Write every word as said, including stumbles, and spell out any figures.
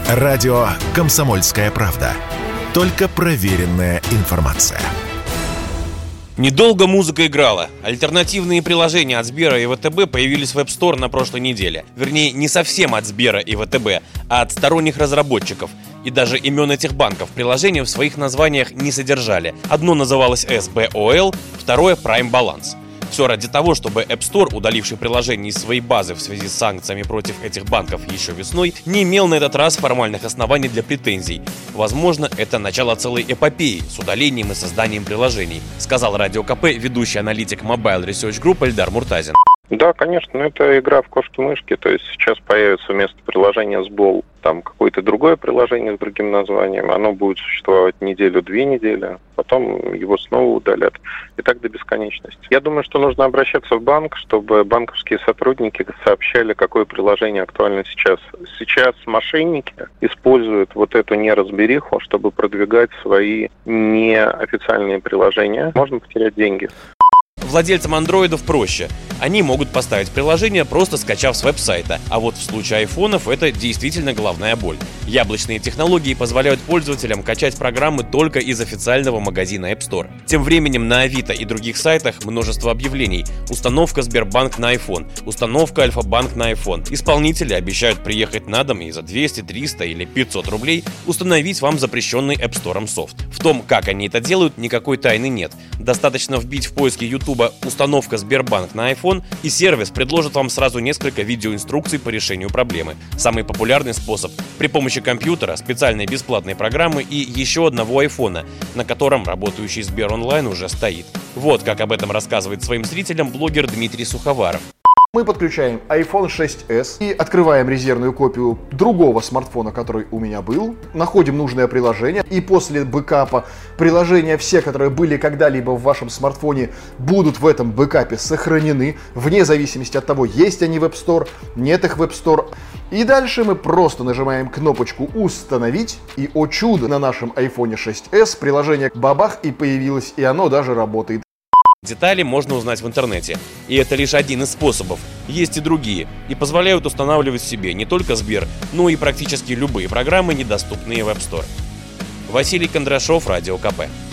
Радио «Комсомольская правда». Только проверенная информация. Недолго музыка играла. Альтернативные приложения от Сбера и ВТБ появились в App Store на прошлой неделе. Вернее, не совсем от Сбера и ВТБ, а от сторонних разработчиков. И даже имен этих банков приложения в своих названиях не содержали. Одно называлось эс бэ о эл, второе Prime Balance. Все ради того, чтобы App Store, удаливший приложение из своей базы в связи с санкциями против этих банков еще весной, не имел на этот раз формальных оснований для претензий. Возможно, это начало целой эпопеи с удалением и созданием приложений, сказал Радио ка пэ ведущий аналитик Mobile Research Group Эльдар Муртазин. Да, конечно, это игра в кошки-мышки, то есть сейчас появится вместо приложения Сбол там какое-то другое приложение с другим названием, оно будет существовать неделю-две недели, потом его снова удалят, и так до бесконечности. Я думаю, что нужно обращаться в банк, чтобы банковские сотрудники сообщали, какое приложение актуально сейчас. Сейчас мошенники используют вот эту неразбериху, чтобы продвигать свои неофициальные приложения. Можно потерять деньги. Владельцам андроидов проще. Они могут поставить приложение, просто скачав с веб-сайта. А вот в случае айфонов это действительно головная боль. Яблочные технологии позволяют пользователям качать программы только из официального магазина App Store. Тем временем на Авито и других сайтах множество объявлений. Установка Сбербанк на iPhone, установка Альфа-банк на iPhone. Исполнители обещают приехать на дом и за двести, триста или пятьсот рублей установить вам запрещенный App Store софт. В том, как они это делают, никакой тайны нет. Достаточно вбить в поиске YouTube «Установка Сбербанк на iPhone», и сервис предложит вам сразу несколько видеоинструкций по решению проблемы. Самый популярный способ – при помощи компьютера, специальной бесплатной программы и еще одного айфона, на котором работающий Сбер онлайн уже стоит. Вот как об этом рассказывает своим зрителям блогер Дмитрий Суховаров. Мы подключаем айфон шесть эс и открываем резервную копию другого смартфона, который у меня был. Находим нужное приложение, и после бэкапа приложения все, которые были когда-либо в вашем смартфоне, будут в этом бэкапе сохранены, вне зависимости от того, есть они в App Store, нет их в App Store. И дальше мы просто нажимаем кнопочку «Установить», и, о чудо, на нашем айфон шесть эс приложение бабах и появилось, и оно даже работает. Детали можно узнать в интернете. И это лишь один из способов. Есть и другие. И позволяют устанавливать себе не только Сбер, но и практически любые программы, недоступные в App Store. Василий Кондрашов, Радио ка пэ.